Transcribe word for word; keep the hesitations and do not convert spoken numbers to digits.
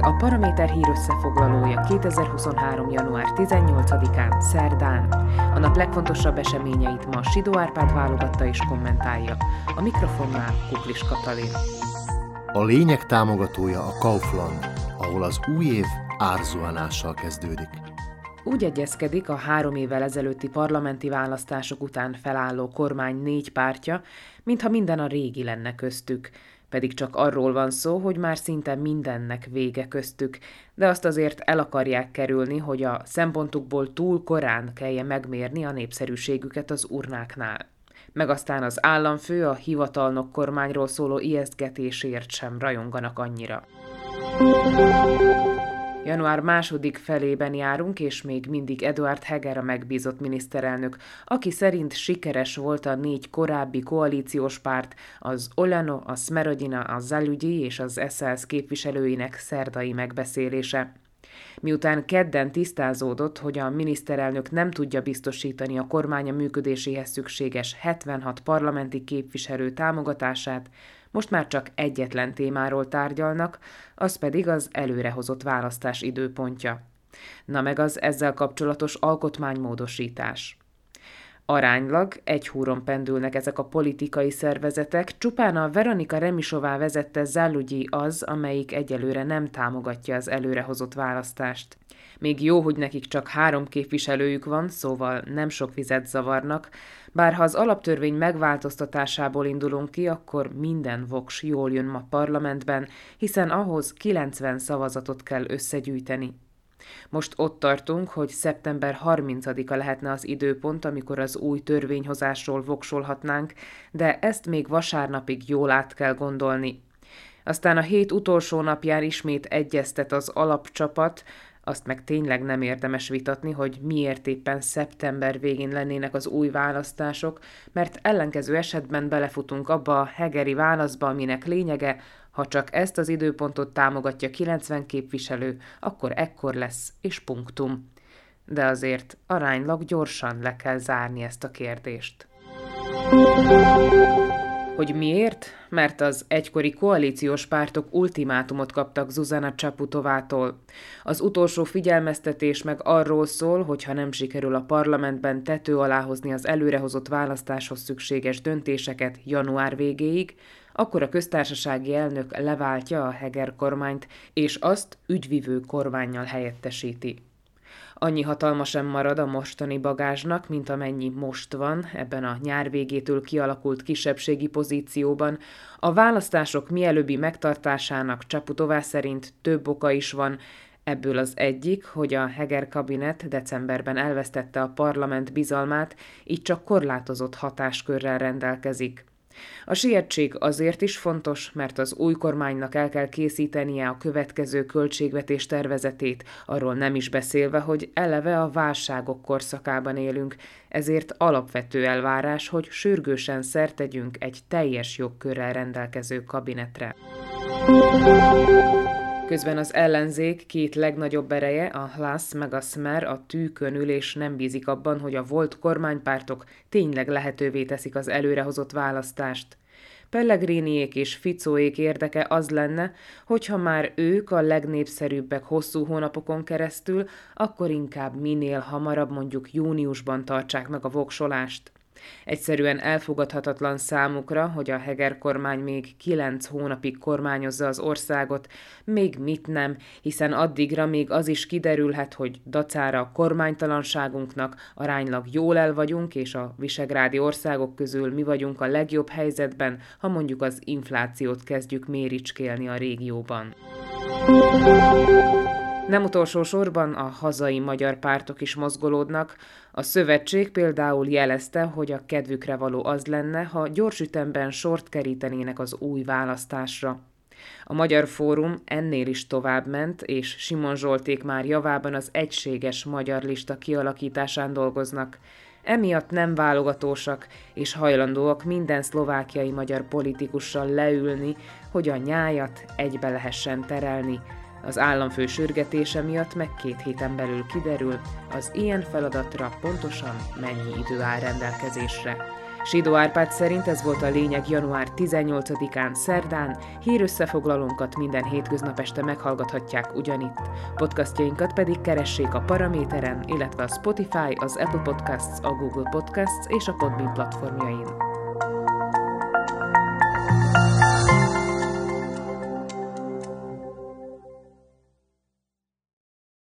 a Paraméter hír összefoglalója kétezer-huszonhárom. január tizennyolcadikán, szerdán. A nap legfontosabb eseményeit ma Sidó Árpád válogatta és kommentálja. A mikrofonnál Kuklis Katalin. A lényeg támogatója a Kaufland, ahol az új év árzuhanással kezdődik. Úgy egyezkedik a három évvel ezelőtti parlamenti választások után felálló kormány négy pártja, mintha minden a régi lenne köztük. Pedig csak arról van szó, hogy már szinte mindennek vége köztük, de azt azért el akarják kerülni, hogy a szempontukból túl korán kelljen megmérni a népszerűségüket az urnáknál. Meg aztán az államfő a hivatalnok kormányról szóló ijesztgetésért sem rajonganak annyira. Január második felében járunk, és még mindig Eduard Heger a megbízott miniszterelnök, aki szerint sikeres volt a négy korábbi koalíciós párt, az Olano, a Smerodina, a Zalügyi és az es zé es képviselőinek szerdai megbeszélése. Miután kedden tisztázódott, hogy a miniszterelnök nem tudja biztosítani a kormánya működéséhez szükséges hetvenhat parlamenti képviselő támogatását, most már csak egyetlen témáról tárgyalnak, az pedig az előrehozott választás időpontja. Na meg az ezzel kapcsolatos alkotmánymódosítás. Aránylag egy húron pendülnek ezek a politikai szervezetek, csupán a Veronika Remisová vezette Zalügyi az, amelyik egyelőre nem támogatja az előrehozott választást. Még jó, hogy nekik csak három képviselőjük van, szóval nem sok vizet zavarnak, bár ha az alaptörvény megváltoztatásából indulunk ki, akkor minden voks jól jön ma parlamentben, hiszen ahhoz kilencven szavazatot kell összegyűjteni. Most ott tartunk, hogy szeptember harmincadika lehetne az időpont, amikor az új törvényhozásról voksolhatnánk, de ezt még vasárnapig jól át kell gondolni. Aztán a hét utolsó napján ismét egyeztet az alapcsapat, azt meg tényleg nem érdemes vitatni, hogy miért éppen szeptember végén lennének az új választások, mert ellenkező esetben belefutunk abba a hegeri válaszba, aminek lényege, ha csak ezt az időpontot támogatja kilencven képviselő, akkor ekkor lesz, és punktum. De azért aránylag gyorsan le kell zárni ezt a kérdést. Hogy miért? Mert az egykori koalíciós pártok ultimátumot kaptak Zuzana Csaputovától. Az utolsó figyelmeztetés meg arról szól, hogy ha nem sikerül a parlamentben tető alá hozni az előrehozott választáshoz szükséges döntéseket január végéig, akkor a köztársasági elnök leváltja a Heger kormányt, és azt ügyvivő kormánnyal helyettesíti. Annyi hatalma sem marad a mostani bagázsnak, mint amennyi most van ebben a nyár végétől kialakult kisebbségi pozícióban. A választások mielőbbi megtartásának Csaputová szerint több oka is van. Ebből az egyik, hogy a Heger kabinet decemberben elvesztette a parlament bizalmát, így csak korlátozott hatáskörrel rendelkezik. A sietség azért is fontos, mert az új kormánynak el kell készítenie a következő költségvetés tervezetét, arról nem is beszélve, hogy eleve a válságok korszakában élünk, ezért alapvető elvárás, hogy sürgősen szert tegyünk egy teljes jogkörrel rendelkező kabinetre. Közben az ellenzék két legnagyobb ereje, a Hlas meg a Smer a tűkön ül és nem bízik abban, hogy a volt kormánypártok tényleg lehetővé teszik az előrehozott választást. Pellegriniék és Ficóék érdeke az lenne, hogyha már ők a legnépszerűbbek hosszú hónapokon keresztül, akkor inkább minél hamarabb, mondjuk júniusban tartsák meg a voksolást. Egyszerűen elfogadhatatlan számukra, hogy a Heger kormány még kilenc hónapig kormányozza az országot, még mit nem, hiszen addigra még az is kiderülhet, hogy dacára a kormánytalanságunknak aránylag jól el vagyunk, és a visegrádi országok közül mi vagyunk a legjobb helyzetben, ha mondjuk az inflációt kezdjük méricskélni a régióban. Nem utolsó sorban a hazai magyar pártok is mozgolódnak. A szövetség például jelezte, hogy a kedvükre való az lenne, ha gyors ütemben sort kerítenének az új választásra. A Magyar Fórum ennél is továbbment, és Simon Zsolték már javában az egységes magyar lista kialakításán dolgoznak. Emiatt nem válogatósak, és hajlandóak minden szlovákiai magyar politikussal leülni, hogy a nyájat egybe lehessen terelni. Az államfő sürgetése miatt meg két héten belül kiderül, az ilyen feladatra pontosan mennyi idő áll rendelkezésre. Sidó Árpád szerint ez volt a lényeg január tizennyolcadikán szerdán, hírösszefoglalónkat minden hétköznap este meghallgathatják ugyanitt. Podcastjainkat pedig keressék a Paraméteren, illetve a Spotify, az Apple Podcasts, a Google Podcasts és a Podbean platformjain.